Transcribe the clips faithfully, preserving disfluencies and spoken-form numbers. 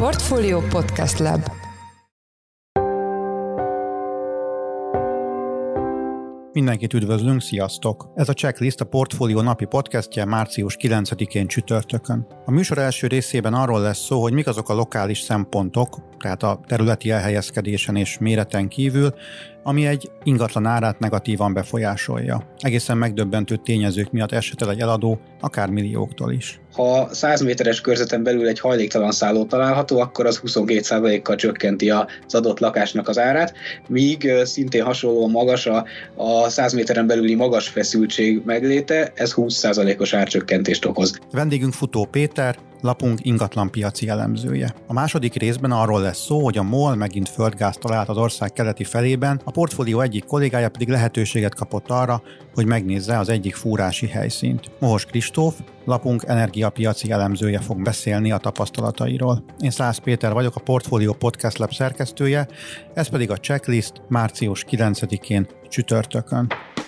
Portfolio Podcast Lab. Mindenkit üdvözlünk, sziasztok! Ez a Checklist a Portfolio napi podcastje március kilencedikén csütörtökön. A műsor első részében arról lesz szó, hogy mik azok a lokális szempontok, tehát a területi elhelyezkedésen és méreten kívül, ami egy ingatlan árát negatívan befolyásolja. Egészen megdöbbentő tényezők miatt eshet el egy eladó, akár millióktól is. Ha száz méteres körzeten belül egy hajléktalan szálló található, akkor az huszonkét százalékkal csökkenti az adott lakásnak az árát, míg szintén hasonlóan magas a, a száz méteren belüli magas feszültség megléte, ez húsz százalékos árcsökkentést okoz. Vendégünk Futó Péter, lapunk ingatlanpiaci elemzője. A második részben arról lesz szó, hogy a MOL megint földgázt talált az ország keleti felében, a portfólió egyik kollégája pedig lehetőséget kapott arra, hogy megnézze az egyik fúrási helyszínt. Mohos Kristóf, lapunk energiapiaci elemzője fog beszélni a tapasztalatairól. Én Szász Péter vagyok, a Portfolio Podcast Lab szerkesztője, ez pedig a Checklist március kilencedikén csütörtökön.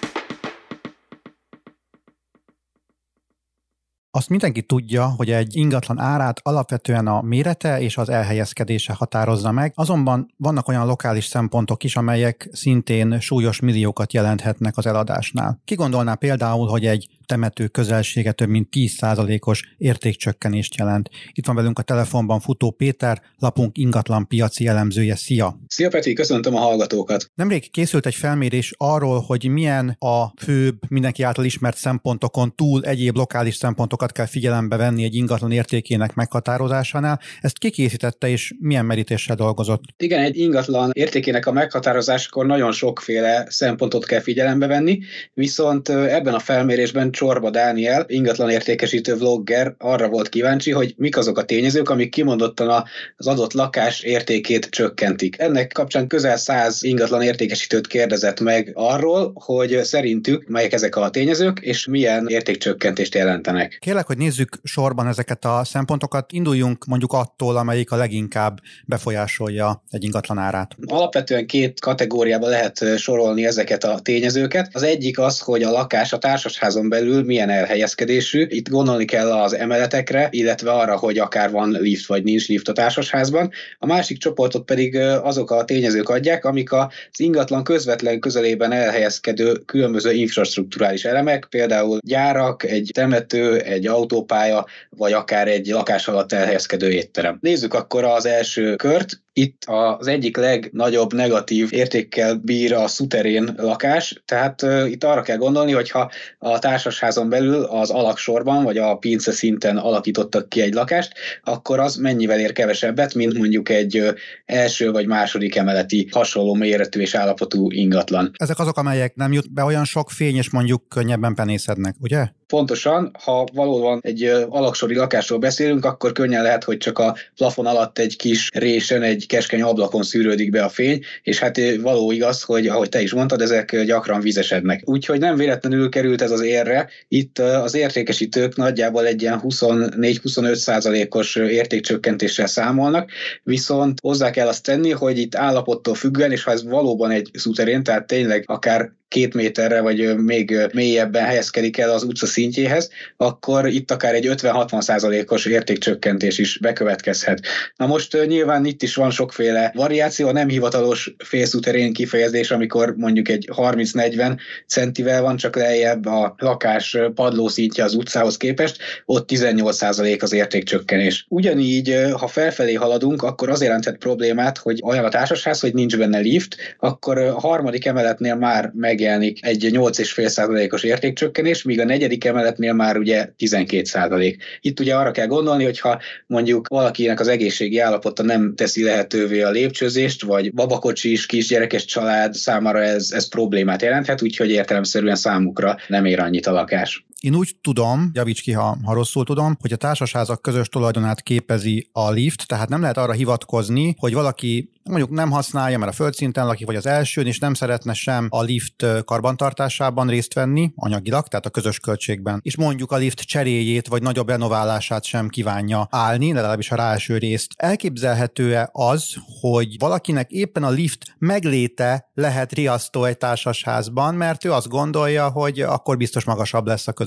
Azt mindenki tudja, hogy egy ingatlan árát alapvetően a mérete és az elhelyezkedése határozza meg, azonban vannak olyan lokális szempontok is, amelyek szintén súlyos milliókat jelenthetnek az eladásnál. Ki gondolná például, hogy egy temető közelsége több mint tíz százalékos értékcsökkenést jelent. Itt van velünk a telefonban Futó Péter, lapunk ingatlanpiaci elemzője. Szia! Szia Peti, köszöntöm a hallgatókat! Nemrég készült egy felmérés arról, hogy milyen a főbb, mindenki által ismert szempontokon túl egyéb lokális szempontokat kell figyelembe venni egy ingatlan értékének meghatározásánál. Ezt ki készítette és milyen merítéssel dolgozott? Igen, egy ingatlan értékének a meghatározásakor nagyon sokféle szempontot kell figyelembe venni, viszont ebben a felmérésben Csorba Dániel, ingatlan értékesítő vlogger arra volt kíváncsi, hogy mik azok a tényezők, amik kimondottan az adott lakás értékét csökkentik. Ennek kapcsán közel száz ingatlan értékesítőt kérdezett meg arról, hogy szerintük melyek ezek a tényezők, és milyen értékcsökkentést jelentenek. Kérlek, hogy nézzük sorban ezeket a szempontokat. Induljunk mondjuk attól, amelyik a leginkább befolyásolja egy ingatlan árát. Alapvetően két kategóriába lehet sorolni ezeket a tényezőket. Az egyik az, hogy a lakás a társasházon belül milyen elhelyezkedésű. Itt gondolni kell az emeletekre, illetve arra, hogy akár van lift vagy nincs lift a társasházban. A másik csoportot pedig azok a tényezők adják, amik az ingatlan közvetlen közelében elhelyezkedő különböző infrastrukturális elemek, például gyárak, egy temető, egy autópálya, vagy akár egy lakás alatt elhelyezkedő étterem. Nézzük akkor az első kört. Itt az egyik legnagyobb negatív értékkel bír a szuterén lakás, tehát uh, itt arra kell gondolni, hogyha a társasházon belül az alaksorban, vagy a pince szinten alakítottak ki egy lakást, akkor az mennyivel ér kevesebbet, mint mondjuk egy uh, első vagy második emeleti hasonló méretű és állapotú ingatlan. Ezek azok, amelyek nem jut be olyan sok fény, és mondjuk könnyebben penészednek, ugye? Pontosan, ha valóban egy alaksori lakásról beszélünk, akkor könnyen lehet, hogy csak a plafon alatt egy kis résen, egy keskeny ablakon szűrődik be a fény, és hát való igaz, hogy ahogy te is mondtad, ezek gyakran vizesednek. Úgyhogy nem véletlenül került ez az érre. Itt az értékesítők nagyjából egy ilyen huszonnégy-huszonöt százalékos értékcsökkentéssel számolnak, viszont hozzá kell azt tenni, hogy itt állapottól függően, és ha ez valóban egy szuterén, tehát tényleg akár két méterre, vagy még mélyebben helyezkedik el az utca szintjéhez, akkor itt akár egy ötven-hatvan százalékos értékcsökkentés is bekövetkezhet. Na most nyilván itt is van sokféle variáció, a nem hivatalos félszuterén kifejezés, amikor mondjuk egy harminc-negyven centivel van csak lejjebb a lakás padlószintje az utcához képest, ott tizennyolc százalék az értékcsökkenés. Ugyanígy, ha felfelé haladunk, akkor az jelenthet problémát, hogy olyan a társasház, hogy nincs benne lift, akkor a harmadik emeletnél már meg megjelenik egy nyolc egész öt százalékos értékcsökkenés, míg a negyedik emeletnél már ugye tizenkét százalék. Itt ugye arra kell gondolni, hogyha mondjuk valakinek az egészségi állapota nem teszi lehetővé a lépcsőzést, vagy babakocsis, kisgyerekes család számára ez, ez problémát jelenthet, úgyhogy értelemszerűen számukra nem ér annyit a lakás. Én úgy tudom, javíts ki, ha, ha rosszul tudom, hogy a társasházak közös tulajdonát képezi a lift, tehát nem lehet arra hivatkozni, hogy valaki mondjuk nem használja, mert a földszinten lakik, vagy az elsőn, és nem szeretne sem a lift karbantartásában részt venni, anyagilag, tehát a közös költségben, és mondjuk a lift cseréjét, vagy nagyobb renoválását sem kívánja állni, legalábbis a ráeső részt. Elképzelhető-e az, hogy valakinek éppen a lift megléte lehet riasztó egy társasházban, mert ő azt gondolja, hogy akkor biztos magasabb lesz a közös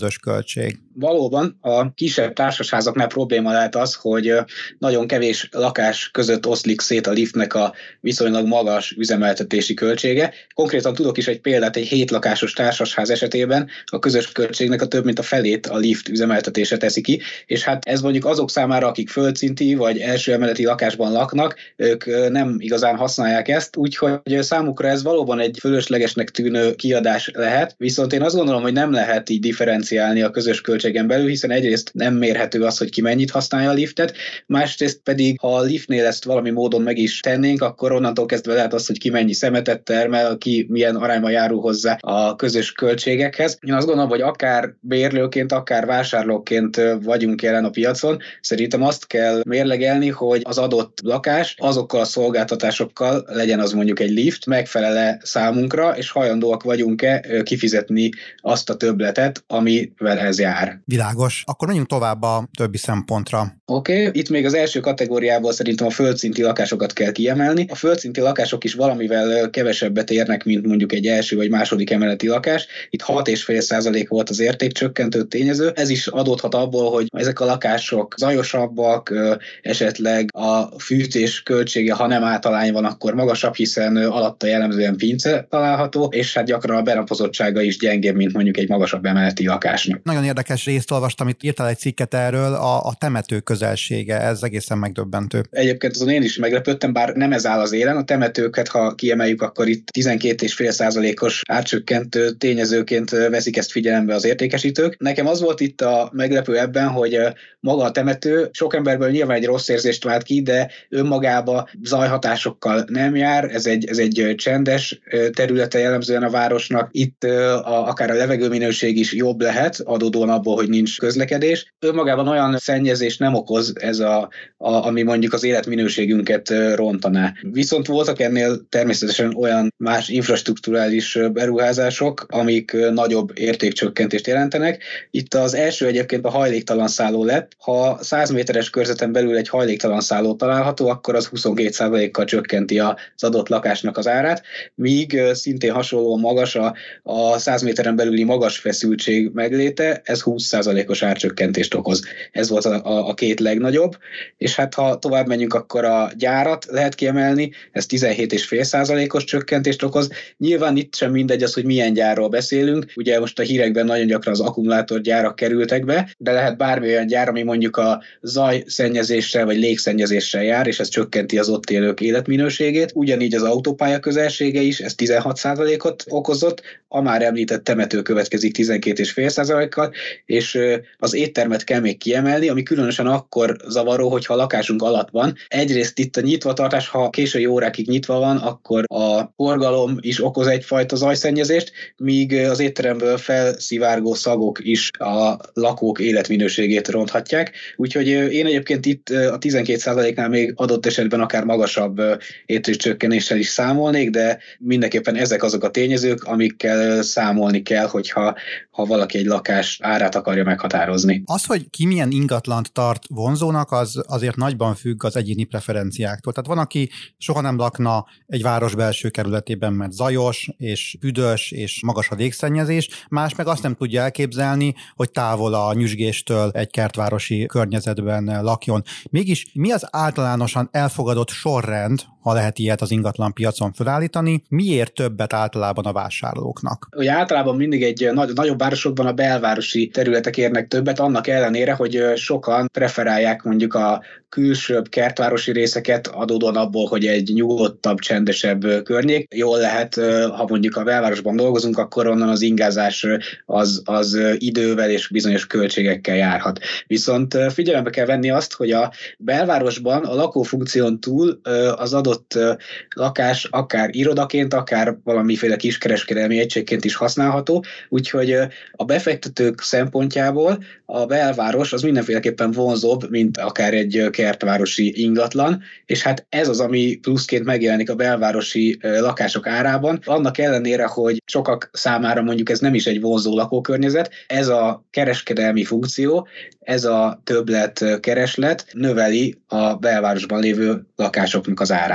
közös költség. Valóban a kisebb társasházaknál probléma lehet az, hogy nagyon kevés lakás között oszlik szét a liftnek a viszonylag magas üzemeltetési költsége. Konkrétan tudok is egy példát, egy hét lakásos társasház esetében a közös költségnek a több mint a felét a lift üzemeltetése teszi ki, és hát ez mondjuk azok számára, akik földszinti vagy első emeleti lakásban laknak, ők nem igazán használják ezt, úgyhogy számukra ez valóban egy fölöslegesnek tűnő kiadás lehet, viszont én azt gondolom, hogy nem lehet így differenciálni a közös költségen belül, hiszen egyrészt nem mérhető az, hogy ki mennyit használja a liftet, másrészt pedig, ha a liftnél ezt valami módon meg is tennénk, akkor onnantól kezdve lehet az, hogy ki mennyi szemetet termel, ki milyen arányban járul hozzá a közös költségekhez. Én azt gondolom, hogy akár bérlőként, akár vásárlóként vagyunk jelen a piacon, szerintem azt kell mérlegelni, hogy az adott lakás azokkal a szolgáltatásokkal, legyen az mondjuk egy lift, megfelele számunkra, és hajlandóak vagyunk-e kifizetni azt a többletet, amivel ez jár. Világos. Akkor menjünk tovább a többi szempontra. Oké, okay. Itt még az első kategóriából szerintem a földszinti lakásokat kell kiemelni. A földszinti lakások is valamivel kevesebbet érnek, mint mondjuk egy első vagy második emeleti lakás. Itt hat egész öt százalék volt az értékcsökkentő tényező. Ez is adódhat abból, hogy ezek a lakások zajosabbak, esetleg a fűtés költsége, ha nem általány van, akkor magasabb, hiszen alatta jellemzően pince található, és hát gyakran a benapozottsága is gyengébb, mint mondjuk egy magasabb emeleti lakásnak. Nagyon érdekes részt olvastam, itt írtál egy cikket erről, a, a temető közelsége, ez egészen megdöbbentő. Egyébként azon én is meglepődtem, bár nem ez áll az élen, a temetőket, ha kiemeljük, akkor itt tizenkét egész öt százalékos árcsökkentő tényezőként veszik ezt figyelembe az értékesítők. Nekem az volt itt a meglepő ebben, hogy maga a temető sok emberből nyilván egy rossz érzést vált ki, de önmagába zajhatásokkal nem jár, ez egy, ez egy csendes területe jellemzően a városnak. Itt a, akár a levegőminőség is jobb lehet, adódóan abból, hogy nincs közlekedés. Önmagában olyan szennyezés nem okoz ez, a, a, ami mondjuk az életminőségünket rontaná. Viszont voltak ennél természetesen olyan más infrastrukturális beruházások, amik nagyobb értékcsökkentést jelentenek. Itt az első egyébként a hajléktalan szálló lett. Ha száz méteres körzeten belül egy hajléktalan szálló található, akkor az huszonkét százalékkal csökkenti az adott lakásnak az árát, míg szintén hasonlóan magas a, a száz méteren belüli magas feszültség megléte, ez húsz százalékos árcsökkentést okoz. Ez volt a, a, a két legnagyobb, és hát ha tovább menjünk, akkor a gyárat lehet kiemelni, ez tizenhét egész öt százalékos csökkentést okoz. Nyilván itt sem mindegy az, hogy milyen gyárról beszélünk, ugye most a hírekben nagyon gyakran az akkumulátorgyárak kerültek be, de lehet bármi olyan gyár, ami mondjuk a zajszennyezéssel vagy légszennyezéssel jár, és ez csökkenti az ott élők életminőségét. Ugyanígy az autópálya közelsége is, ez tizenhat százalékot okozott, a már említett temető következik tizenkét egész öt százalékkal, és az éttermet kell még kiemelni, ami különösen akkor zavaró, hogyha a lakásunk alatt van. Egyrészt itt a nyitvatartás, ha késői órákig nyitva van, akkor a forgalom is okoz egyfajta zajszennyezést, míg az étteremből felszivárgó szagok is a lakók életminőségét ronthatják. Úgyhogy én egyébként itt a tizenkét százaléknál még adott esetben akár magasabb értékcsökkenéssel is számolnék, de mindenképpen ezek azok a tényezők, amikkel számolni kell, hogyha ha valaki egy lakás árát akarja meghatározni. Az, hogy ki milyen ingatlant tart vonzónak, az azért nagyban függ az egyéni preferenciáktól. Tehát van, aki soha nem lakna egy város belső kerületében, mert zajos és büdös és magas a légszennyezés, más meg azt nem tudja elképzelni, hogy távol a nyüzsgéstől egy kertvárosi környezetben lakjon. Mégis mi az általánosan elfogadott sorrend, ha lehet ilyet az ingatlan piacon felállítani, miért többet általában a vásárlóknak? Ugye általában mindig egy nagy, nagyobb városokban a belvárosi területek érnek többet, annak ellenére, hogy sokan preferálják mondjuk a külsőbb kertvárosi részeket, adódóan abból, hogy egy nyugodtabb, csendesebb környék. Jól lehet, ha mondjuk a belvárosban dolgozunk, akkor onnan az ingázás az, az idővel és bizonyos költségekkel járhat. Viszont figyelembe kell venni azt, hogy a belvárosban a lakófunkción túl az adott lakás akár irodaként, akár valamiféle kiskereskedelmi egységként is használható, úgyhogy a befektetők szempontjából a belváros az mindenféleképpen vonzóbb, mint akár egy kertvárosi ingatlan, és hát ez az, ami pluszként megjelenik a belvárosi lakások árában. Annak ellenére, hogy sokak számára mondjuk ez nem is egy vonzó lakókörnyezet, ez a kereskedelmi funkció, ez a többlet kereslet növeli a belvárosban lévő lakásoknak az árát.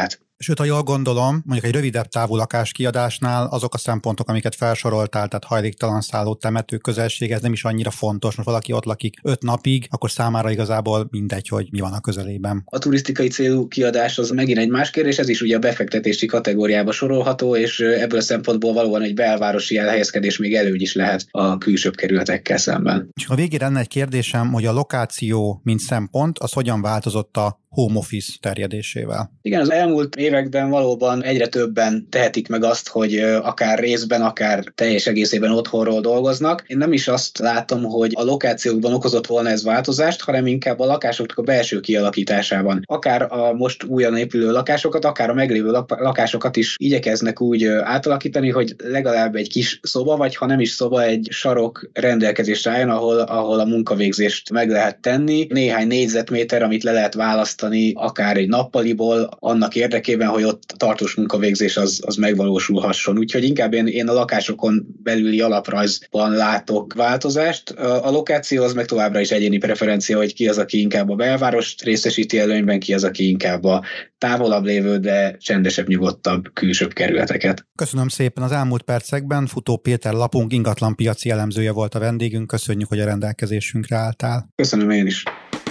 Sőt, ha jól gondolom, mondjuk egy rövidebb távú lakáskiadásnál azok a szempontok, amiket felsoroltál, tehát hajléktalan szálló, temető, közelség, ez nem is annyira fontos. Most valaki ott lakik öt napig, akkor számára igazából mindegy, hogy mi van a közelében. A turisztikai célú kiadás az megint egy más kérdés, ez is ugye a befektetési kategóriába sorolható, és ebből a szempontból valóban egy belvárosi elhelyezkedés még előny is lehet a külsőbb kerületekkel szemben. És a végére lenne egy kérdésem, hogy a lokáció, mint szempont, az hogyan változott a home office terjedésével? Igen, az elmúlt években valóban egyre többen tehetik meg azt, hogy akár részben, akár teljes egészében otthonról dolgoznak. Én nem is azt látom, hogy a lokációkban okozott volna ez változást, hanem inkább a lakásoknak a belső kialakításában. Akár a most újan épülő lakásokat, akár a meglévő lakásokat is igyekeznek úgy átalakítani, hogy legalább egy kis szoba, vagy ha nem is szoba, egy sarok rendelkezésre álljon, ahol, ahol a munkavégzést meg lehet tenni. Néhány négyzetméter, amit le lehet választani, akár egy nappaliból, annak érdekében, hogy ott tartós munkavégzés az, az megvalósulhasson. Úgyhogy inkább én, én a lakásokon belüli alaprajzban látok változást. A lokáció az meg továbbra is egyéni preferencia, hogy ki az, aki inkább a belvárost részesíti előnyben, ki az, aki inkább a távolabb lévő, de csendesebb, nyugodtabb, külsőbb kerületeket. Köszönöm szépen. Az elmúlt percekben Futó Péter lapunk ingatlanpiaci elemzője volt a vendégünk. Köszönjük, hogy a rendelkezésünkre álltál. Köszönöm én is.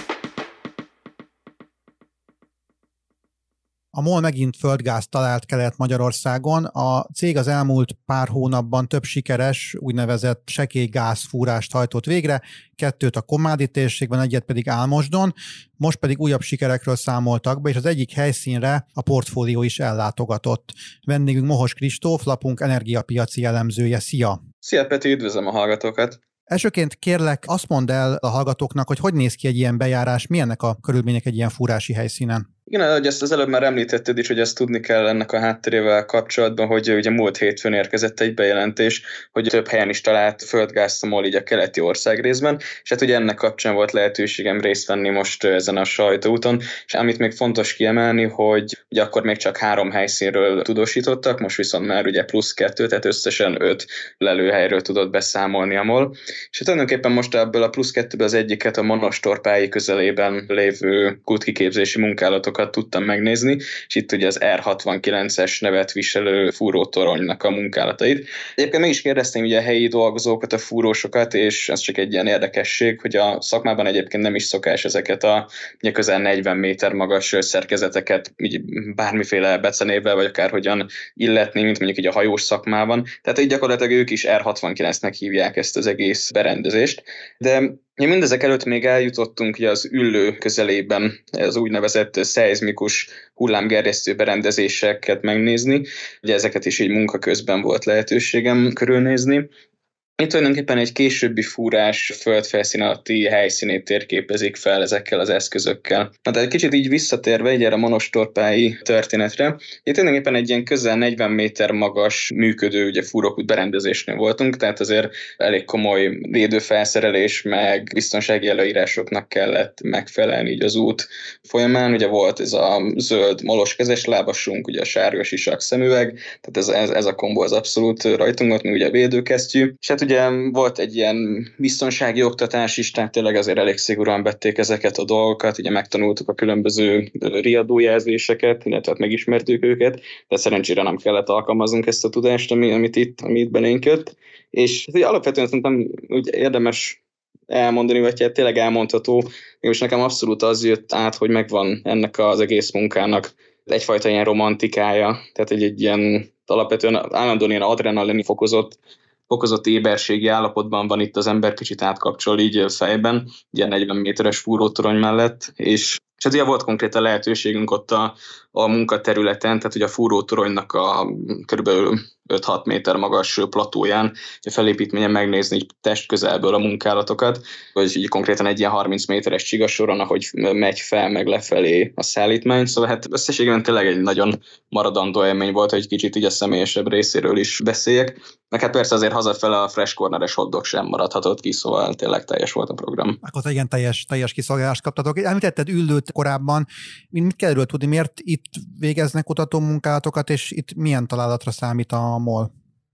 A MOL megint földgázt talált Kelet-Magyarországon. A cég az elmúlt pár hónapban több sikeres, úgynevezett sekély gázfúrást hajtott végre, kettőt a Kommádi térségben, egyet pedig Álmosdon, most pedig újabb sikerekről számoltak be, és az egyik helyszínre a portfólió is ellátogatott. Vendégünk Mohos Kristóf, lapunk energiapiaci elemzője. Szia! Szia Peti, üdvözlöm a hallgatókat! Elsőként kérlek, azt mondd el a hallgatóknak, hogy hogy néz ki egy ilyen bejárás, milyennek a körülmények egy ilyen fúrási helyszínen? Igen, ahogy ezt az előbb már említetted is, hogy ezt tudni kell ennek a hátterével kapcsolatban, hogy ugye múlt hétfőn érkezett egy bejelentés, hogy több helyen is talált földgázt a MOL így a keleti országrészben, és hát ugye ennek kapcsán volt lehetőségem részt venni most ezen a sajtóúton, és amit még fontos kiemelni, hogy ugye akkor még csak három helyszínről tudósítottak, most viszont már ugye plusz kettő, tehát összesen öt lelőhelyről tudott beszámolni a MOL, és hát tulajdonképpen most ebből a plusz kettőből az egyiket a Monostorpályi közelében lévő kútkiképzési munkálatokat tudtam megnézni, és itt ugye az er hatvankilences nevet viselő fúrótoronynak a munkálatait. Egyébként meg is kérdeztem ugye a helyi dolgozókat, a fúrósokat, és ez csak egy ilyen érdekesség, hogy a szakmában egyébként nem is szokás ezeket a ugye közel negyven méter magas szerkezeteket így bármiféle becenévvel, vagy akárhogyan illetni, mint mondjuk így a hajós szakmában. Tehát így gyakorlatilag ők is er hatvankilencnek hívják ezt az egész berendezést. De mindezek előtt még eljutottunk ugye az Üllő közelében az úgynevezett szeizmikus hullámgerjesztő berendezéseket megnézni. Ugye ezeket is így munka közben volt lehetőségem körülnézni. Itt tulajdonképpen egy későbbi fúrás földfelszín alatti helyszínét térképezik fel ezekkel az eszközökkel. Na, de egy kicsit így visszatérve egy erre a Monostorpályi történetre, itt tulajdonképpen egy ilyen közel negyven méter magas működő ugye fúrókút berendezésnél voltunk, tehát azért elég komoly védőfelszerelés, meg biztonsági előírásoknak kellett megfelelni így az út folyamán. Ugye volt ez a zöld molos kezeslábasunk, ugye a sárga sisak szemüveg, tehát ez, ez, ez a kombó az abszolút rajtunk volt, mi ugye a védőkesztyű. És hát ugye volt egy ilyen biztonsági oktatás is, tehát tényleg azért elég szigorúan vették ezeket a dolgokat, ugye megtanultuk a különböző riadójelzéseket, illetve megismertük őket, de szerencsére nem kellett alkalmaznunk ezt a tudást, ami, amit itt, ami itt belénk jött. És hát, alapvetően szerintem úgy érdemes elmondani, vagy hát tényleg elmondható, és nekem abszolút az jött át, hogy megvan ennek az egész munkának egyfajta ilyen romantikája, tehát egy, egy ilyen alapvetően állandóan ilyen adrenalin fokozott fokozott éberségi állapotban van itt az ember, kicsit átkapcsol így fejben, ilyen negyven méteres fúrótorony mellett, és és hát ugye volt konkrétan lehetőségünk ott a, a munkaterületen, tehát ugye a fúrótoronynak a körülbelül öt-hat méter magas platóján a felépítményen megnézni így test közelből a munkálatokat, vagy így konkrétan egy ilyen harminc méteres csigasoron, ahogy megy fel meg lefelé a szállítmány, szóval hát összességében tényleg egy nagyon maradandó élmény volt, hogy kicsit így a személyesebb részéről is beszéljek. Meg hát persze azért hazafele a fresh corneres hotdog sem maradhatott ki, szóval tényleg teljes volt a program. Akkor igen, teljes, teljes kiszolgálást kaptatok. Említetted Üllőt korábban, mit kell erről tudni, miért itt végeznek kutató munkálatokat, és itt milyen találatra számít a MOL?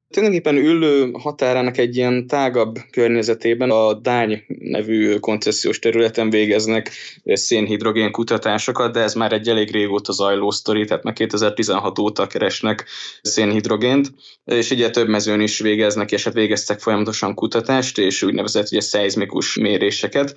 Tulajdonképpen Üllő határának egy ilyen tágabb környezetében a Dány nevű koncesziós területen végeznek szénhidrogén kutatásokat, de ez már egy elég régóta zajló sztori, tehát már kétezer-tizenhat óta keresnek szénhidrogént, és ugye több mezőn is végeznek, és hát végeztek folyamatosan kutatást, és úgynevezett ugye szeizmikus méréseket.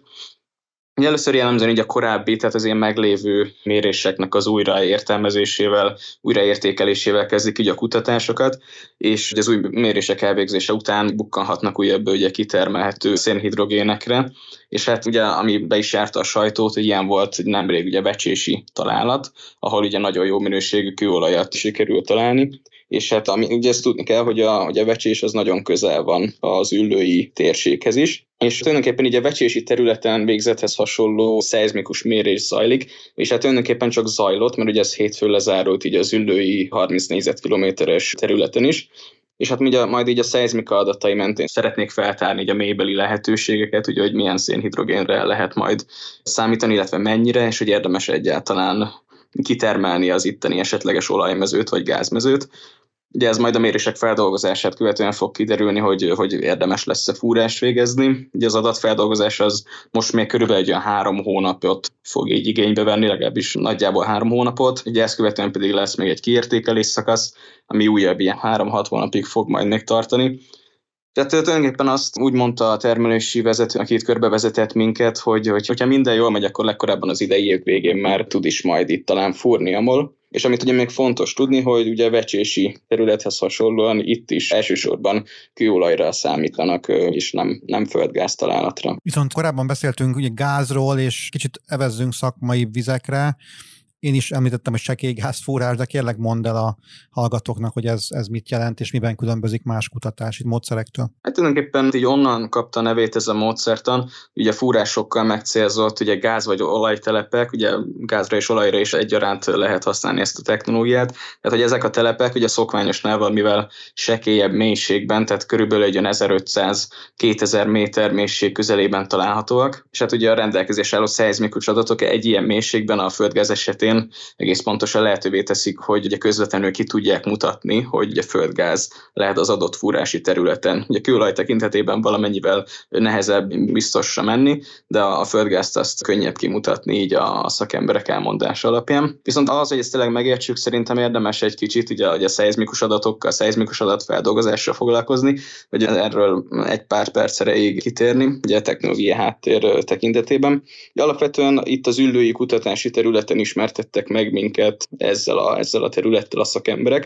Először jellemzően így a korábbi, tehát az ilyen meglévő méréseknek az újraértelmezésével, újraértékelésével kezdik így a kutatásokat, és az új mérések elvégzése után bukkanhatnak újabb ugye kitermelhető szénhidrogénekre, és hát ugye, ami be is járta a sajtót, hogy ilyen volt nemrég ugye becsési találat, ahol ugye nagyon jó minőségű kőolajat sikerült találni, és hát ami, ugye ezt tudni kell, hogy a, hogy a Vecsés az nagyon közel van az üllői térséghez is, és tulajdonképpen így a vecsési területen végzethez hasonló szeizmikus mérés zajlik, és hát tulajdonképpen csak zajlott, mert ugye ez hétfőn lezárult így az üllői harminc négyzetkilométeres területen is, és hát ugye, majd így a szeizmika adatai mentén szeretnék feltárni így a mélybeli lehetőségeket, ugye, hogy milyen szénhidrogénre lehet majd számítani, illetve mennyire, és hogy érdemes egyáltalán kitermelni az itteni esetleges olajmezőt vagy gázmezőt. Ugye ez majd a mérések feldolgozását követően fog kiderülni, hogy, hogy érdemes lesz-e fúrást végezni. Ugye az adatfeldolgozás az most még körülbelül egy olyan három hónapot fog így igénybe venni, legalábbis nagyjából három hónapot. Ugye ezt követően pedig lesz még egy kiértékelés szakasz, ami újabb ilyen három-hat hónapig fog majd még tartani. Tehát tulajdonképpen azt úgy mondta a termelési vezető, aki itt körbevezetett minket, hogy, hogy hogyha minden jól megy, akkor legkorábban az idei év végén már tud is majd itt talán fúrni a MOL. És amit ugye még fontos tudni, hogy ugye a vecsési területhez hasonlóan itt is elsősorban kőolajra számítanak, és nem, nem földgáz találatra. Viszont korábban beszéltünk ugye gázról, és kicsit evezzünk szakmai vizekre. Én is említettem, hogy sekélygázfúrás, de kérlek mondd el a hallgatóknak, hogy ez, ez mit jelent, és miben különbözik más kutatási módszerektől. Hát tulajdonképpen így onnan kapta a nevét ez a módszertan, ugye fúrásokkal megcélzott ugye gáz- vagy olajtelepek, ugye gázra és olajra is egyaránt lehet használni ezt a technológiát, tehát hogy ezek a telepek ugye szokványosnál valamivel sekélyebb mélységben, tehát körülbelül egy ezerötszáz-kétezer méter mélység közelében találhatóak, és hát ugye a rendelkezés álló szeizmikus adatok egy ilyen mélységben a földgáz esetén egész pontosan lehetővé teszik, hogy ugye közvetlenül ki tudják mutatni, hogy a földgáz lehet az adott fúrási területen. Ugye kőolaj tekintetében valamennyivel nehezebb biztosra menni, de a földgázt azt könnyebb kimutatni így a szakemberek elmondása alapján. Viszont az, hogy ezt tényleg megértsük, szerintem érdemes egy kicsit ugye, ugye a szeizmikus adatokkal, szeizmikus adatfeldolgozással foglalkozni, vagy erről egy pár perc erejéig kitérni, ugye a technológiai háttér tekintetében. De alapvetően itt az üllői kutatási területen ismertettek meg minket ezzel a, ezzel a területtel a szakemberek.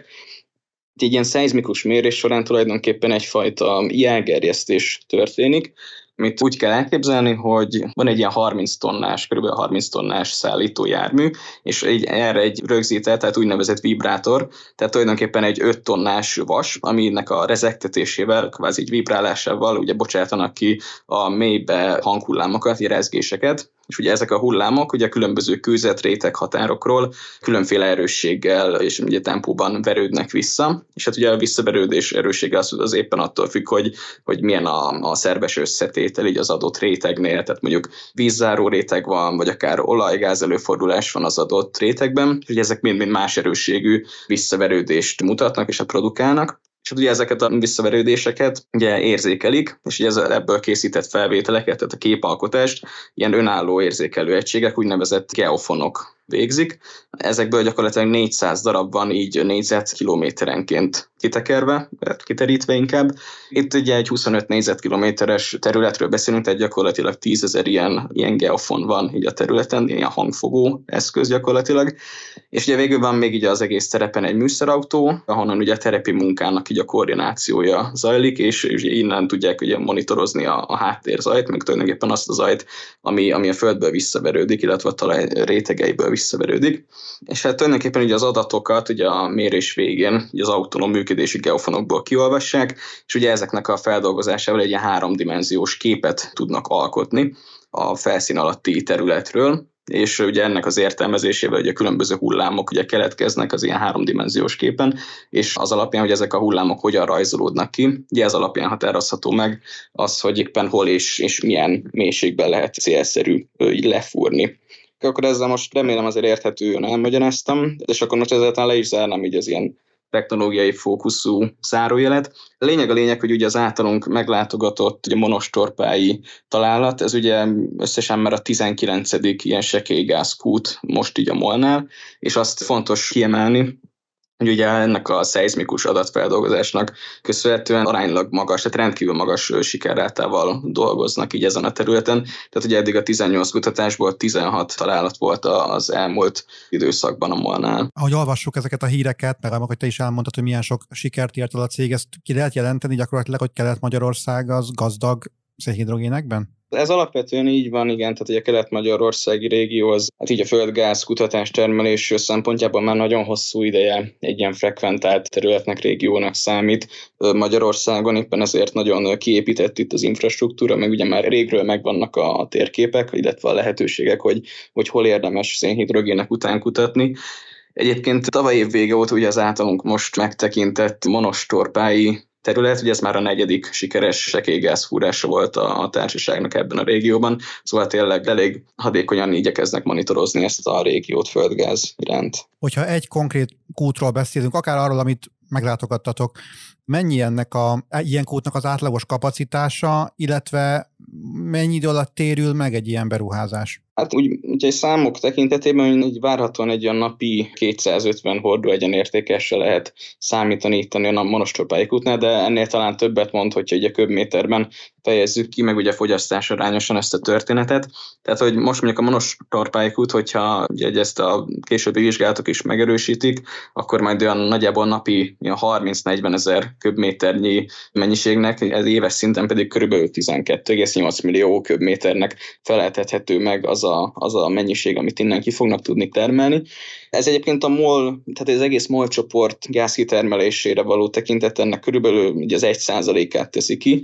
Egy ilyen szeizmikus mérés során tulajdonképpen egyfajta jelgerjesztés történik, amit úgy kell elképzelni, hogy van egy ilyen harminc tonnás, kb. harminc tonnás szállítójármű, és így erre egy rögzített, tehát úgynevezett vibrátor, tehát tulajdonképpen egy öt tonnás vas, aminek a rezegtetésével, kvázi így vibrálásával ugye bocsátanak ki a mélybe hanghullámokat, rezgéseket, és ugye ezek a hullámok ugye különböző kőzetréteg határokról különféle erősséggel és ugye tempóban verődnek vissza, és hát ugye a visszaverődés erőssége az, az éppen attól függ, hogy, hogy milyen a, a szerves összetétel így az adott rétegnél, tehát mondjuk vízzáró réteg van, vagy akár olajgáz előfordulás van az adott rétegben, és ugye ezek mind-mind más erősségű visszaverődést mutatnak és a produkálnak. És ugye ezeket a visszaverődéseket ugye érzékelik, és ugye ez, ebből készített felvételeket, tehát a képalkotást ilyen önálló érzékelő egységek, úgynevezett geofonok végzik. Ezekből gyakorlatilag négyszáz darab van így négyzetkilométerenként kitekerve, kiterítve inkább. Itt ugye egy huszonöt négyzetkilométeres területről beszélünk, tehát gyakorlatilag tízezer ilyen, ilyen geofon van így a területen, ilyen hangfogó eszköz gyakorlatilag. És ugye végül van még így az egész terepen egy műszerautó, ahonnan ugye a terepi munkának így a koordinációja zajlik, és, és innen tudják ugye monitorozni a, a háttérzajt, meg tulajdonképpen azt a zajt, ami, ami a földből visszaverődik, illetve a talaj rétegeiből visszaverődik. És hát tulajdonképpen ugye az adatokat ugye a mérés végén ugye az autonóm működési geofonokból kiolvassák, és ugye ezeknek a feldolgozásával egy ilyen háromdimenziós képet tudnak alkotni a felszín alatti területről, és ugye ennek az értelmezésével ugye különböző hullámok ugye keletkeznek az ilyen háromdimenziós képen, és az alapján, hogy ezek a hullámok hogyan rajzolódnak ki, ugye ez alapján határozható meg az, hogy éppen hol és, és milyen mélységben lehet célszerű így lefúrni. Akkor ezzel most remélem azért érthetően elmagyaráztam, és akkor most ezáltal le is zárnám így az ilyen technológiai fókuszú zárójelet. A lényeg a lényeg, hogy ugye az általunk meglátogatott ugye monostorpályi találat, ez ugye összesen már a tizenkilencedik ilyen sekélygázkút most így a molnál, és azt fontos kiemelni, hogy ugye ennek a szeizmikus adatfeldolgozásnak köszönhetően aránylag magas, tehát rendkívül magas sikerrátával dolgoznak így ezen a területen. Tehát ugye eddig a tizennyolc kutatásból tizenhat találat volt az elmúlt időszakban a molnál. Ahogy olvassuk ezeket a híreket, meg hogy te is elmondtad, hogy milyen sok sikert ért el a cég, ezt ki lehet jelenteni gyakorlatilag, hogy Kelet-Magyarország az gazdag szénhidrogénekben? Ez alapvetően így van, igen, tehát ugye a kelet-magyarországi régió az, hát így a földgáz kutatás termelés szempontjából már nagyon hosszú ideje egy ilyen frekventált területnek, régiónak számít. Magyarországon éppen ezért nagyon kiépített itt az infrastruktúra, meg ugye már régről megvannak a térképek, illetve a lehetőségek, hogy, hogy hol érdemes szénhidrogének után kutatni. Egyébként tavaly év vége óta ugye az általunk most megtekintett monostorpályi terület, ugye ez már a negyedik sikeres sekélygázfúrása volt a, a társaságnak ebben a régióban, szóval tényleg elég hadékonyan igyekeznek monitorozni ezt a régiót földgáz iránt. Hogyha egy konkrét kútról beszélünk, akár arról, amit meglátogattatok, mennyi ennek a ilyen kútnak az átlagos kapacitása, illetve mennyi idő alatt térül meg egy ilyen beruházás? Hát úgy, ugye számok tekintetében így várhatóan egy olyan napi kétszázötven hordó egyenértékessel lehet számítani itt a monostorpályi kútnál, de ennél talán többet mond, hogyha ugye köbméterben fejezzük ki, meg ugye fogyasztás arányosan ezt a történetet. Tehát, hogy most mondjuk a monostorpályi kút, hogyha ugye ezt a későbbi vizsgálatok is megerősítik, akkor majd olyan nagyjából napi harminc-negyven ezer köbméternyi mennyiségnek, ez éves szinten pedig körülbelül tizenkét egész nyolc millió köbméternek feleltethető meg az a, az a mennyiség, amit innen ki fognak tudni termelni. Ez egyébként a MOL, tehát az egész MOL csoport gázkitermelésére való tekintet ennek körülbelül ugye az egy százalékát teszi ki,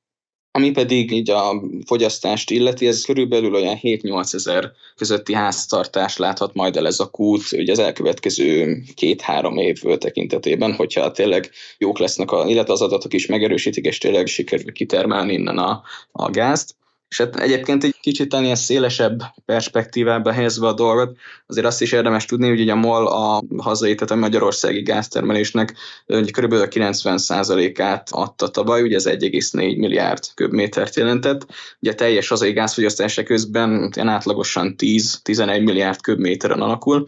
ami pedig így a fogyasztást illeti, ez körülbelül olyan hét-nyolc ezer közötti háztartás láthat majd el ez a kút ugye az elkövetkező két-három év tekintetében, hogyha tényleg jók lesznek, a, illetve az adatok is megerősítik, és tényleg sikerül kitermelni innen a, a gázt. És hát egyébként egy kicsit ilyen szélesebb perspektívába helyezve a dolgot, azért azt is érdemes tudni, hogy ugye a MOL a hazai, tehát a magyarországi gáztermelésnek kb. kilencven százalékát adta tavaly, ugye ez egy egész négy milliárd köbmétert jelentett. Ugye a teljes hazai gázfogyasztása közben ilyen átlagosan tíz-tizenegy milliárd köbméteren alakul,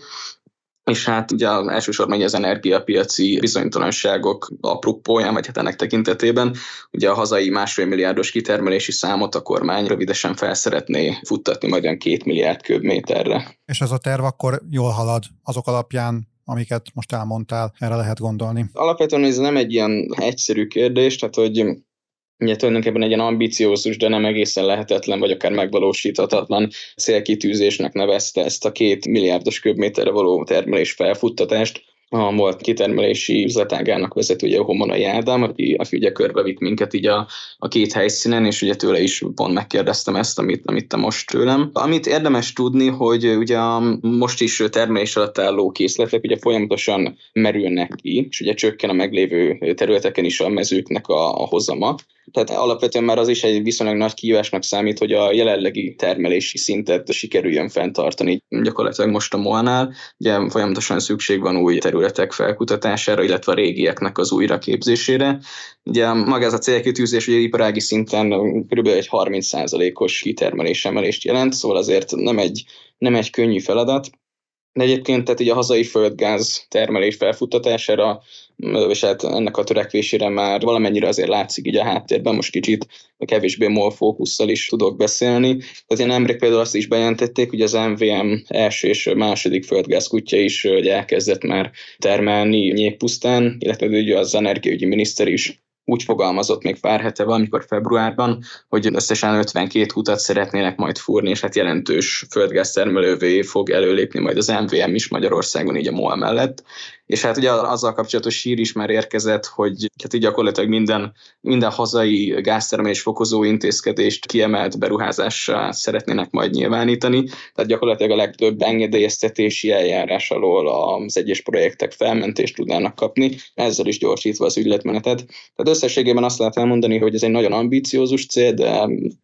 és hát ugye elsősorban az energiapiaci bizonytalanságok apropóján, vagy hát ennek tekintetében ugye a hazai másfél milliárdos kitermelési számot a kormány rövidesen fel szeretné futtatni majd olyan két milliárd köbméterre. És ez a terv akkor jól halad azok alapján, amiket most elmondtál, erre lehet gondolni? Alapvetően ez nem egy ilyen egyszerű kérdés, tehát hogy ugye tulajdonképpen egy ilyen ambiciózus, de nem egészen lehetetlen, vagy akár megvalósíthatatlan célkitűzésnek nevezte ezt a két milliárdos köbméterre való termelés felfuttatást. A MOL kitermelési üzletágának vezetője Homonai Ádám, aki, aki ugye körbevitt minket így a, a két helyszínen, és ugye tőle is pont megkérdeztem ezt, amit, amit te most tőlem. Amit érdemes tudni, hogy ugye a most is termelés alatt álló készletek ugye folyamatosan merülnek ki, és ugye csökken a meglévő területeken is a mezőknek a, a hozama. Tehát alapvetően már az is egy viszonylag nagy kihívásnak számít, hogy a jelenlegi termelési szintet sikerüljön fenntartani. Gyakorlatilag most a MOL-nál ugye folyamatosan szükség van új területek felkutatására, illetve a régieknek az újraképzésére. Ugye maga ez a célkitűzés ugye iparági szinten kb. Egy harminc százalékos kitermelés emelést jelent, szóval azért nem egy, nem egy könnyű feladat. De egyébként tehát ugye a hazai földgáz termelés felfuttatására, és hát ennek a törekvésére már valamennyire azért látszik így a háttérben, most kicsit kevésbé MOL fókusszal is tudok beszélni. Tehát én nemrég például azt is bejelentették, hogy az em vé em első és második földgázkutya is elkezdett már termelni Nyírpusztán, illetve ugye az energiaügyi miniszter is úgy fogalmazott még pár hete valamikor februárban, hogy összesen ötvenkét kutat szeretnének majd fúrni, és hát jelentős földgáztermelővé fog előlépni majd az em vé em is Magyarországon, így a MOL mellett. És hát ugye azzal kapcsolatos hír is már érkezett, hogy hát így gyakorlatilag minden, minden hazai gáztermelés fokozó intézkedést kiemelt beruházással szeretnének majd nyilvánítani. Tehát gyakorlatilag a legtöbb engedélyeztetési eljárás alól az egyes projektek felmentést tudnának kapni, ezzel is gyorsítva az ügyletmenetet. Tehát összességében azt lehet elmondani, hogy ez egy nagyon ambiciózus cél, de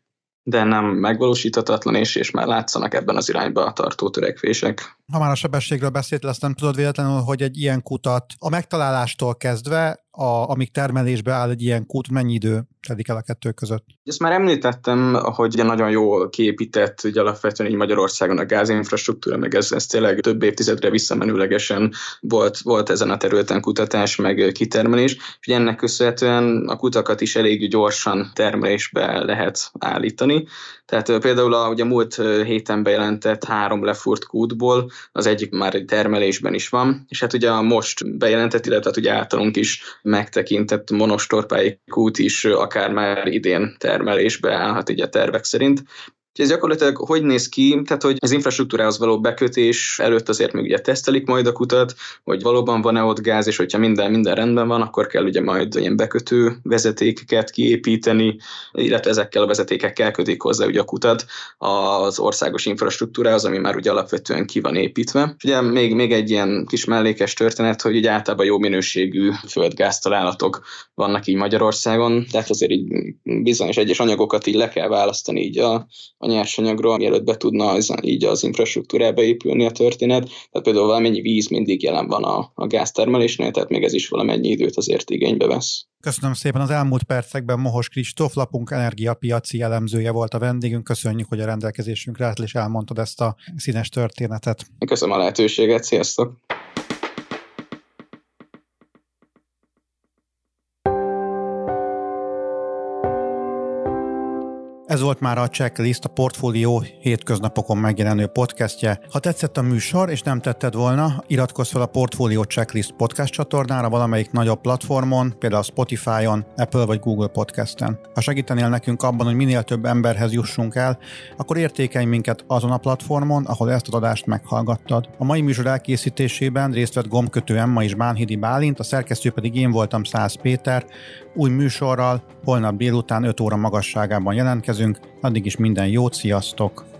de nem megvalósíthatatlan, és, és már látszanak ebben az irányba tartó törekvések. Ha már a sebességről beszélt, azt nem tudod véletlenül, hogy egy ilyen kutat a megtalálástól kezdve, a, amíg termelésbe áll egy ilyen kút, mennyi idő telik el a kettő között? Ezt már említettem, hogy ugye nagyon jól kiépített, ugye alapvetően így Magyarországon a gázinfrastruktúra, meg ez, ez tényleg több évtizedre visszamenőlegesen volt, volt ezen a területen kutatás, meg kitermelés, és ugye ennek köszönhetően a kutakat is elég gyorsan termelésbe lehet állítani. Tehát például a ugye múlt héten bejelentett három lefúrt kútból az egyik már egy termelésben is van, és hát ugye a most bejelentett, illetve hát ugye általunk is megtekintett monostorpályi kút is akár már idén termelésbe állhat így a tervek szerint. Ez gyakorlatilag hogy néz ki, tehát hogy az infrastruktúrához való bekötés előtt azért még ugye tesztelik majd a kutat, hogy valóban van-e ott gáz, és hogyha minden, minden rendben van, akkor kell ugye majd ilyen bekötő vezetékeket kiépíteni, illetve ezekkel a vezetékekkel kötik hozzá ugye a kutat az országos infrastruktúrához, ami már ugye alapvetően ki van építve. És ugye még, még egy ilyen kis mellékes történet, hogy ugye általában jó minőségű földgáztalálatok vannak így Magyarországon, tehát azért így bizonyos egyes anyagokat így le kell választani így a a nyersanyagról, mielőtt be tudna az, így az infrastruktúrába épülni a történet. Tehát például valamennyi víz mindig jelen van a, a gáztermelésnél, tehát még ez is valamennyi időt azért igénybe vesz. Köszönöm szépen. Az elmúlt percekben Mohos Kristóf, lapunk energiapiaci elemzője volt a vendégünk. Köszönjük, hogy a rendelkezésünkre állt, és elmondtad ezt a színes történetet. Köszönöm a lehetőséget, sziasztok! Ez volt már a Checklist, a Portfólió hétköznapokon megjelenő podcastje. Ha tetszett a műsor, és nem tetted volna, iratkozz fel a Portfólió Checklist podcast csatornára valamelyik nagyobb platformon, például Spotify-on, Apple vagy Google Podcasten. Ha segítenél nekünk abban, hogy minél több emberhez jussunk el, akkor értékelj minket azon a platformon, ahol ezt az adást meghallgattad. A mai műsor elkészítésében részt vett gombkötő Emma és Bánhidi Bálint, a szerkesztő pedig én voltam, Szász Péter. Új műsorral holnap délután öt óra magasságában jelentkezünk. Addig is minden jót, sziasztok!